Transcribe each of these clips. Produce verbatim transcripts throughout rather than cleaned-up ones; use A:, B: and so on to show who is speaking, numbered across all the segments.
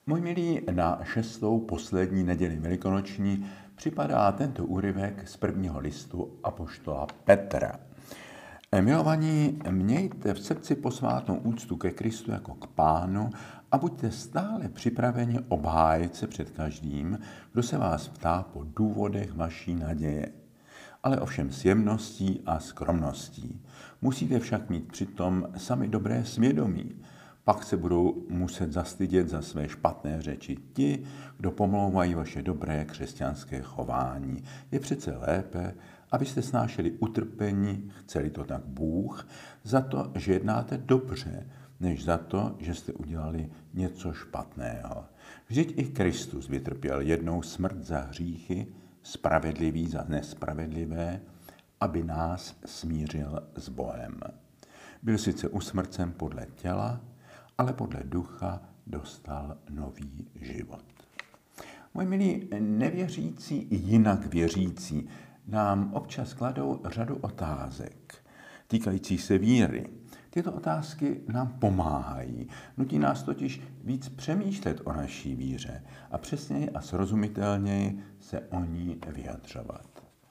A: Můj milí, na šestou poslední neděli velikonoční připadá tento úryvek z prvního listu apoštola Petra. Milovaní, mějte v srdci posvátnou úctu ke Kristu jako k Pánu a buďte stále připraveni obhájit se před každým, kdo se vás ptá po důvodech vaší naděje. Ale ovšem s jemností a skromností. Musíte však mít přitom sami dobré svědomí. Pak se budou muset zastydět za své špatné řeči ti, kdo pomlouvají vaše dobré křesťanské chování. Je přece lépe, abyste snášeli utrpení, chceli to tak Bůh, za to, že jednáte dobře, než za to, že jste udělali něco špatného. Vždyť i Kristus vytrpěl jednou smrt za hříchy, spravedlivý za nespravedlivé, aby nás smířil s Bohem. Byl sice usmrcen podle těla, ale podle ducha dostal nový život. Moji milí, nevěřící i jinak věřící nám občas kladou řadu otázek týkajících se víry. Tyto otázky nám pomáhají, nutí nás totiž víc přemýšlet o naší víře a přesněji a srozumitelněji se o ní vyjadřovat.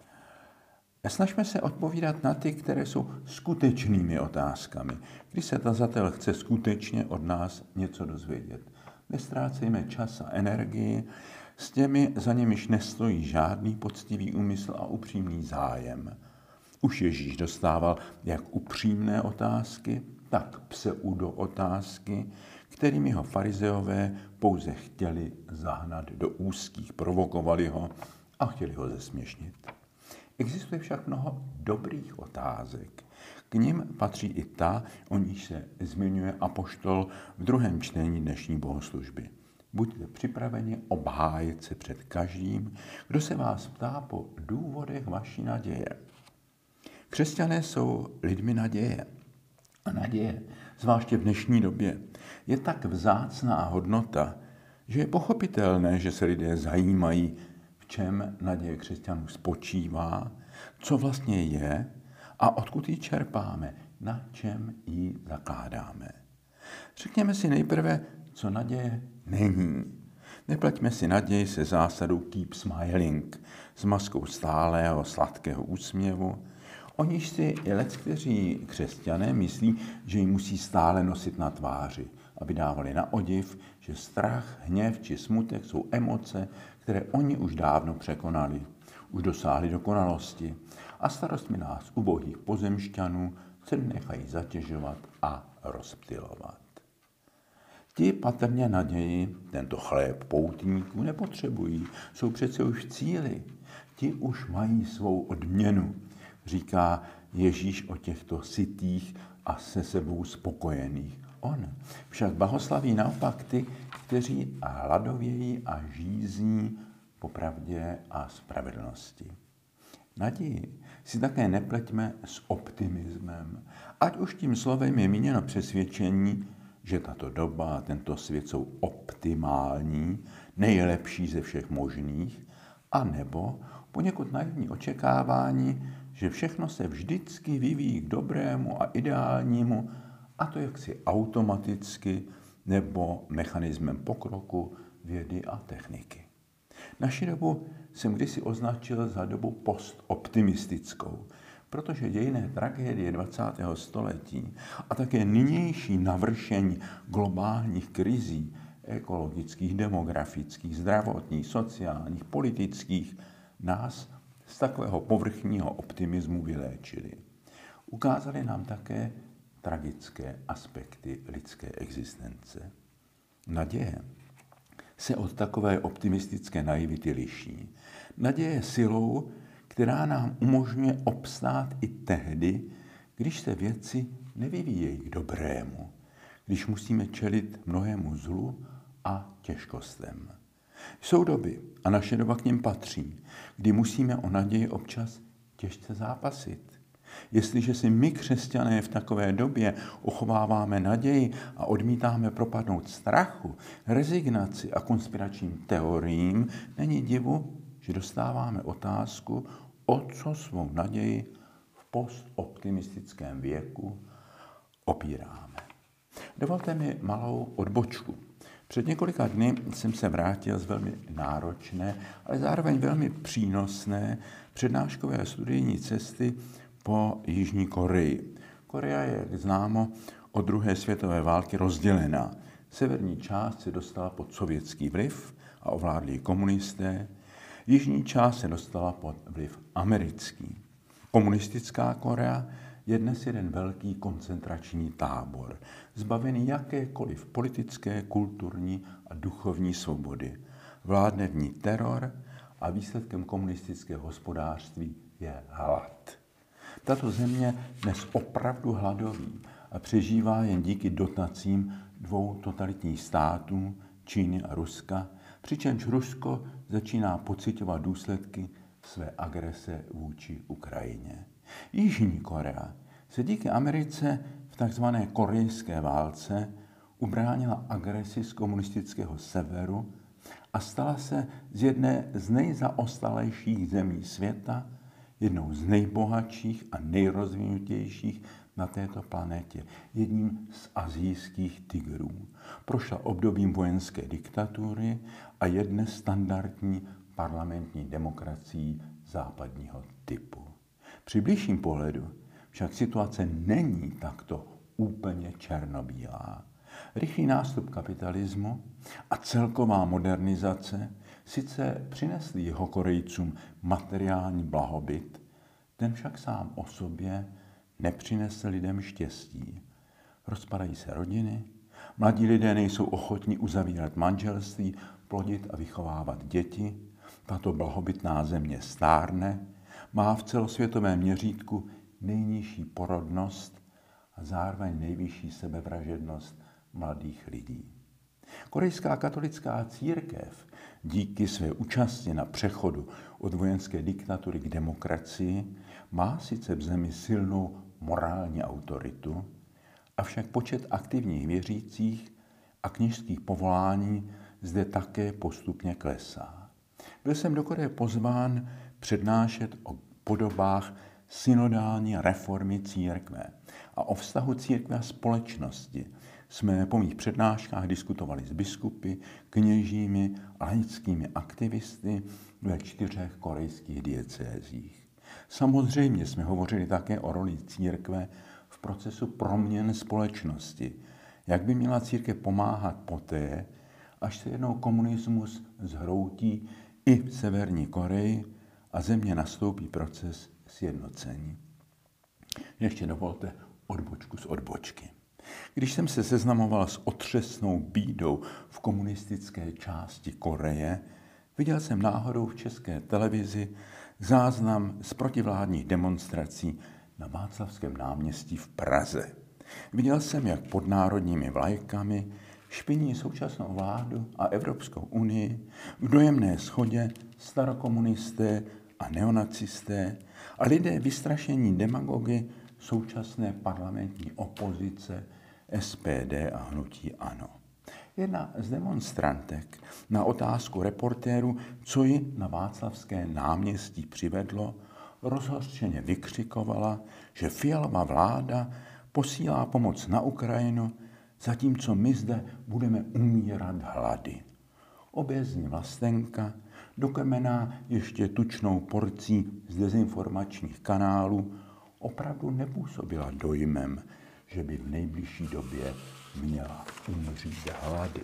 A: Snažme se odpovídat na ty, které jsou skutečnými otázkami, když se tazatel chce skutečně od nás něco dozvědět. Nestrácejme čas a energii s těmi, za nimiž nestojí žádný poctivý úmysl a upřímný zájem. Už Ježíš dostával jak upřímné otázky, tak pseudo otázky, kterými ho farizeové pouze chtěli zahnat do úzkých, provokovali ho a chtěli ho zesměšnit. Existuje však mnoho dobrých otázek. K nim patří i ta, o níž se zmiňuje apoštol v druhém čtení dnešní bohoslužby. Buďte připraveni obhájit se před každým, kdo se vás ptá po důvodech vaší naděje. Křesťané jsou lidmi naděje. A naděje, zvláště v dnešní době, je tak vzácná hodnota, že je pochopitelné, že se lidé zajímají, v čem naděje křesťanů spočívá, co vlastně je a odkud ji čerpáme, na čem ji zakládáme. Řekněme si nejprve, co naděje není. Nepleťme si naději se zásadou keep smiling, s maskou stálého sladkého úsměvu, o níž si leckteří křesťané myslí, že ji musí stále nosit na tváři, aby dávali na odiv, že strach, hněv či smutek jsou emoce, které oni už dávno překonali, už dosáhli dokonalosti a starostmi nás ubohých pozemšťanů se nechají zatěžovat a rozptylovat. Ti patrně naději, tento chléb poutníků, nepotřebují, jsou přece už v cíli. Ti už mají svou odměnu, říká Ježíš o těchto sytých a se sebou spokojených. On však blahoslaví naopak ty, kteří hladovějí a žízní po pravdě a spravedlnosti. Naději si také nepleťme s optimismem, ať už tím slovem je míněno přesvědčení, že tato doba a tento svět jsou optimální, nejlepší ze všech možných, anebo poněkud naivní očekávání, že všechno se vždycky vyvíjí k dobrému a ideálnímu, a to jaksi automaticky nebo mechanismem pokroku vědy a techniky. Naši dobu jsem kdysi označil za dobu postoptimistickou, protože dějinné tragédie dvacátého století a také nynější navršení globálních krizí, ekologických, demografických, zdravotních, sociálních, politických, nás z takového povrchního optimismu vyléčili. Ukázali nám také tragické aspekty lidské existence. Naděje se od takové optimistické naivity liší. Naděje je silou, která nám umožňuje obstát i tehdy, když se věci nevyvíjejí k dobrému, když musíme čelit mnohému zlu a těžkostem. Jsou doby, a naše doba k nim patří, kdy musíme o naději občas těžce zápasit. Jestliže si my, křesťané, v takové době uchováváme naději a odmítáme propadnout strachu, rezignaci a konspiračním teoriím, není divu, že dostáváme otázku, o co svou naději v postoptimistickém věku opíráme. Dovolte mi malou odbočku. Před několika dny jsem se vrátil z velmi náročné, ale zároveň velmi přínosné přednáškové studijní cesty po Jižní Koreji. Korea je, jak známo, od druhé světové války rozdělená. Severní část se dostala pod sovětský vliv a ovládli ji komunisté. Jižní část se dostala pod vliv americký. Komunistická Korea je dnes jeden velký koncentrační tábor, zbavený jakékoliv politické, kulturní a duchovní svobody. Vládne v ní teror a výsledkem komunistického hospodářství je hlad. Tato země dnes opravdu hladoví a přežívá jen díky dotacím dvou totalitních států, Číny a Ruska, přičemž Rusko začíná pociťovat důsledky své agrese vůči Ukrajině. Jižní Korea se díky Americe v tzv. Korejské válce ubránila agresi z komunistického severu a stala se z jedné z nejzaostalejších zemí světa jednou z nejbohatších a nejrozvinutějších na této planetě, jedním z asijských tigrů. Prošla obdobím vojenské diktatury a je dnes standardní parlamentní demokracií západního typu. Při bližším pohledu však situace není takto úplně černobílá. Rychlý nástup kapitalismu a celková modernizace sice přinesly Jihokorejcům materiální blahobyt, ten však sám o sobě nepřinesl lidem štěstí. Rozpadají se rodiny, mladí lidé nejsou ochotní uzavírat manželství, plodit a vychovávat děti, tato blahobytná země stárne, má v celosvětovém měřítku nejnižší porodnost a zároveň nejvyšší sebevražednost mladých lidí. Korejská katolická církev díky své účasti na přechodu od vojenské diktatury k demokracii má sice v zemi silnou morální autoritu, avšak počet aktivních věřících a kněžských povolání zde také postupně klesá. Byl jsem do Koreje pozván přednášet o podobách synodální reformy církve a o vztahu církve a společnosti. Jsme po mých přednáškách diskutovali s biskupy, kněžími a laickými aktivisty ve čtyřech korejských diecézích. Samozřejmě jsme hovořili také o roli církve v procesu proměn společnosti, jak by měla církev pomáhat poté, až se jednou komunismus zhroutí i v Severní Koreji a země nastoupí proces sjednocení. Ještě dovolte odbočku z odbočky. Když jsem se seznamoval s otřesnou bídou v komunistické části Koreje, viděl jsem náhodou v české televizi záznam z protivládních demonstrací na Václavském náměstí v Praze. Viděl jsem, jak pod národními vlajkami špiní současnou vládu a Evropskou unii v dojemné shodě starokomunisté a neonacisté a lidé vystrašení demagogy současné parlamentní opozice S P D a hnutí ANO. Jedna z demonstrantek na otázku reportéru, co ji na Václavské náměstí přivedlo, rozhořčeně vykřikovala, že Fialova vláda posílá pomoc na Ukrajinu, zatímco my zde budeme umírat hlady. Obézní vlastenka, dokrmená ještě tučnou porcí z dezinformačních kanálů, opravdu nepůsobila dojmem, že by v nejbližší době měla umřít hlady.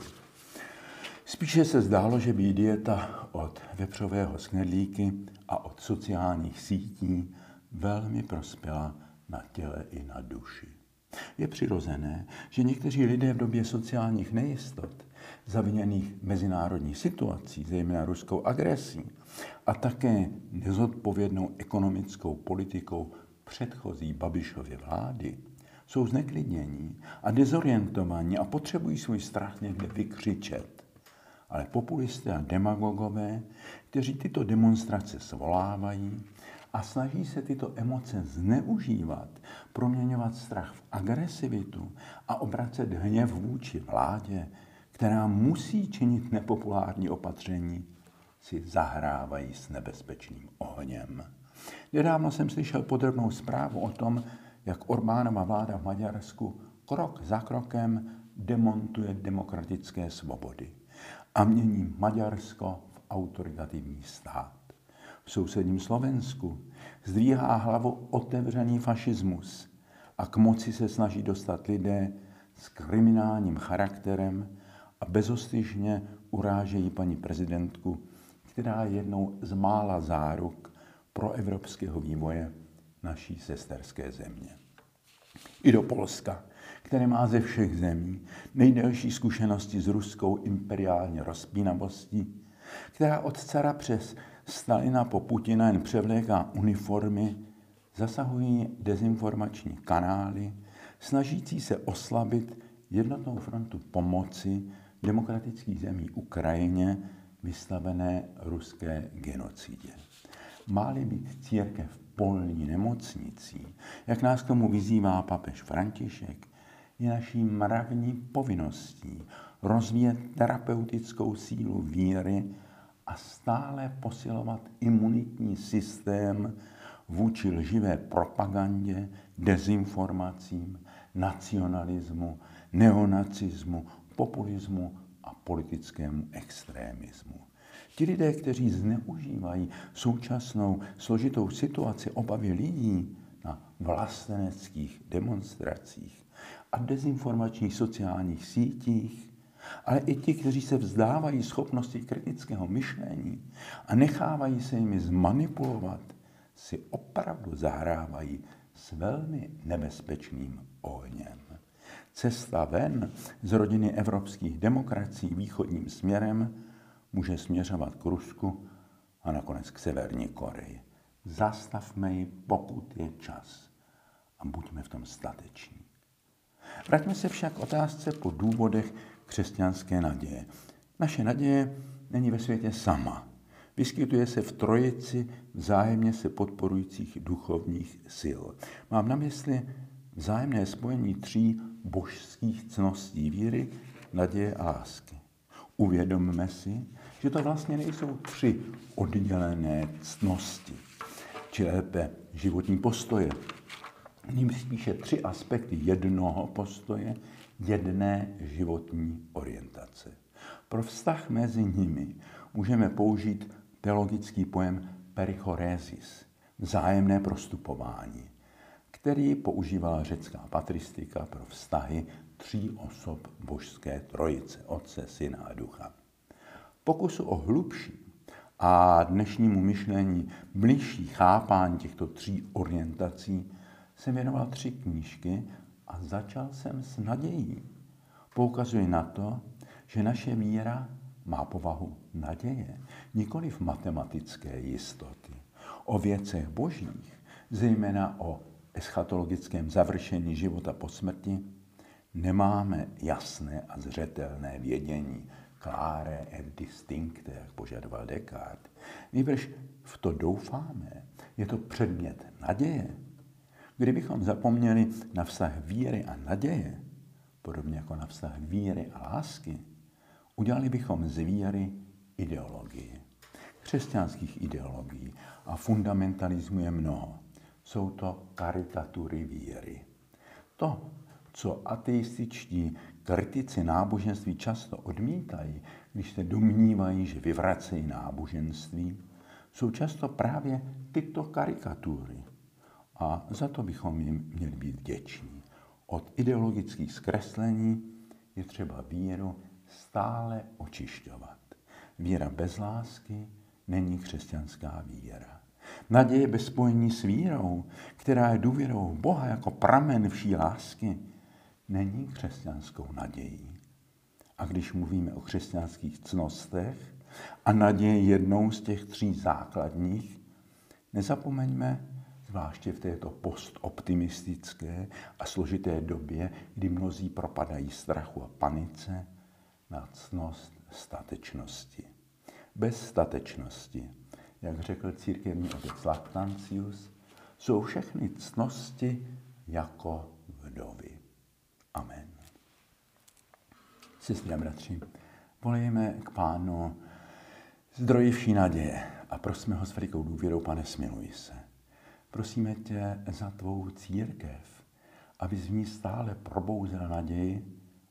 A: Spíše se zdálo, že by dieta od vepřového z knedlíky a od sociálních sítí velmi prospěla na těle i na duši. Je přirozené, že někteří lidé v době sociálních nejistot, zaviněných mezinárodní situací, zejména ruskou agresí, a také nezodpovědnou ekonomickou politikou předchozí Babišovy vlády, jsou zneklidnění a dezorientovaní a potřebují svůj strach někde vykřičet. Ale populisté a demagogové, kteří tyto demonstrace svolávají a snaží se tyto emoce zneužívat, proměňovat strach v agresivitu a obracet hněv vůči vládě, která musí činit nepopulární opatření, si zahrávají s nebezpečným ohněm. Nedávno jsem slyšel podrobnou zprávu o tom, jak Orbánova vláda v Maďarsku krok za krokem demontuje demokratické svobody a mění Maďarsko v autoritativní stát. V sousedním Slovensku zdvíhá hlavu otevřený fašismus a k moci se snaží dostat lidé s kriminálním charakterem a bezostyšně urážejí paní prezidentku, která je jednou z mála záruk pro evropského vývoje naší sesterské země. I do Polska, které má ze všech zemí nejdelší zkušenosti s ruskou imperiální rozpínavostí, která od cara přes Stalina po Putina jen převléká uniformy, zasahují dezinformační kanály, snažící se oslabit jednotnou frontu pomoci demokratických zemí Ukrajině vystavené ruské genocidě. Má-li být církev polní nemocnicí, jak nás k tomu vyzývá papež František, je naší mravní povinností rozvíjet terapeutickou sílu víry a stále posilovat imunitní systém vůči lživé propagandě, dezinformacím, nacionalismu, neonacismu, populismu a politickému extrémismu. Ti lidé, kteří zneužívají současnou složitou situaci obavy lidí na vlasteneckých demonstracích a dezinformačních sociálních sítích, ale i ti, kteří se vzdávají schopnosti kritického myšlení a nechávají se jimi zmanipulovat, si opravdu zahrávají s velmi nebezpečným ohněm. Cesta ven z rodiny evropských demokracií východním směrem může směřovat k Rusku a nakonec k Severní Koreji. Zastavme ji, pokud je čas, a buďme v tom stateční. Vraťme se však k otázce po důvodech křesťanské naděje. Naše naděje není ve světě sama. Vyskytuje se v trojici vzájemně se podporujících duchovních sil. Mám na mysli vzájemné spojení tří božských cností víry, naděje a lásky. Uvědomme si, že to vlastně nejsou tři oddělené ctnosti, či lépe životní postoje. Ným spíše tři aspekty jednoho postoje, jedné životní orientace. Pro vztah mezi nimi můžeme použít teologický pojem perichoresis, vzájemné prostupování, který používala řecká patristika pro vztahy tří osob božské trojice, Otce, Syna a Ducha. Pokusu o hlubší a dnešnímu myšlení bližší chápání těchto tří orientací jsem věnoval tři knížky a začal jsem s nadějí. Poukazuje na to, že naše víra má povahu naděje, nikoliv matematické jistoty. O věcech božích, zejména o eschatologickém završení života po smrti, nemáme jasné a zřetelné vědění, clare et distincte, jak požadoval Descartes. Nýbrž v to doufáme, je to předmět naděje. Kdybychom zapomněli na vztah víry a naděje, podobně jako na vztah víry a lásky, udělali bychom z víry ideologii. Křesťanských ideologií a fundamentalismu je mnoho. Jsou to karikatury víry. To, co ateističtí kritici náboženství často odmítají, když se domnívají, že vyvracejí náboženství, jsou často právě tyto karikatury. A za to bychom jim měli být vděční. Od ideologických zkreslení je třeba víru stále očišťovat. Víra bez lásky není křesťanská víra. Naděje bez spojení s vírou, která je důvěrou v Boha jako pramen vší lásky, není křesťanskou nadějí. A když mluvíme o křesťanských cnostech a naděje jednou z těch tří základních, nezapomeňme, zvláště v této postoptimistické a složité době, kdy mnozí propadají strachu a panice, na ctnost statečnosti. Bez statečnosti, jak řekl církevní otec Lactantius, jsou všechny ctnosti jako vdovy. Amen. Sestry a bratři, volejme k Pánu zdroji vší naděje a prosme ho s velikou důvěrou: Pane, smiluj se. Prosíme tě za tvou církev, aby z ní stále probouzel naději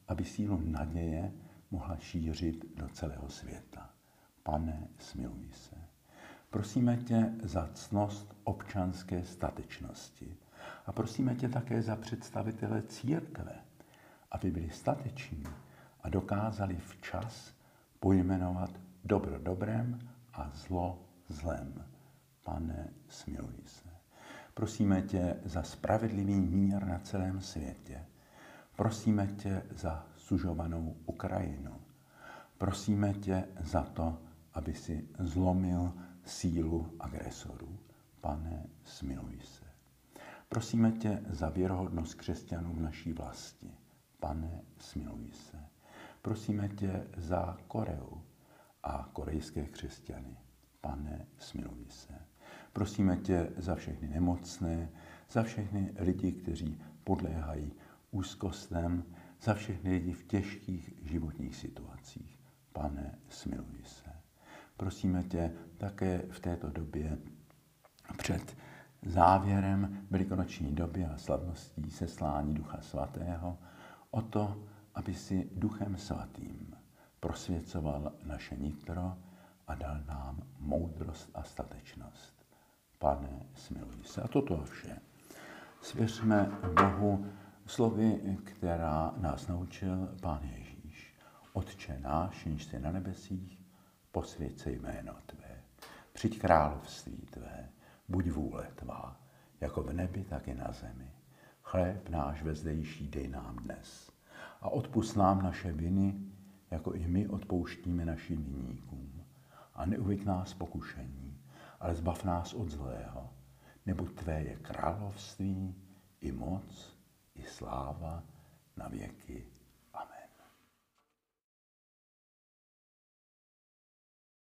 A: aby sílu naděje mohla šířit do celého světa. Pane, smiluj se. Prosíme tě za ctnost občanské statečnosti a prosíme tě také za představitele církve, aby byli stateční a dokázali včas pojmenovat dobro dobrem a zlo zlem. Pane, smiluj se. Prosíme tě za spravedlivý mír na celém světě. Prosíme tě za sužovanou Ukrajinu. Prosíme tě za to, aby si zlomil sílu agresorů. Pane, smiluj se. Prosíme tě za věrohodnost křesťanů v naší vlasti. Pane, smiluj se. Prosíme tě za Koreu a korejské křesťany. Pane, smiluj se. Prosíme tě za všechny nemocné, za všechny lidi, kteří podléhají úzkostem, za všechny lidi v těžkých životních situacích. Pane, smiluj se. Prosíme tě také v této době před závěrem velikonoční doby a slavností seslání Ducha Svatého o to, aby si Duchem Svatým prosvěcoval naše nitro a dal nám moudrost a statečnost. Pane, smiluj se. A toto vše svěřme Bohu slovy, která nás naučil Pán Ježíš. Otče náš, jenž jsi na nebesích, posvěť se jméno tvé. Přijď království tvé, buď vůle tvá, jako v nebi, tak i na zemi. Chléb náš vezdejší dej nám dnes. A odpusť nám naše viny, jako i my odpouštíme našim viníkům. A neuveď nás pokušení, ale zbav nás od zlého. Neboť tvé je království, i moc, i sláva na věky.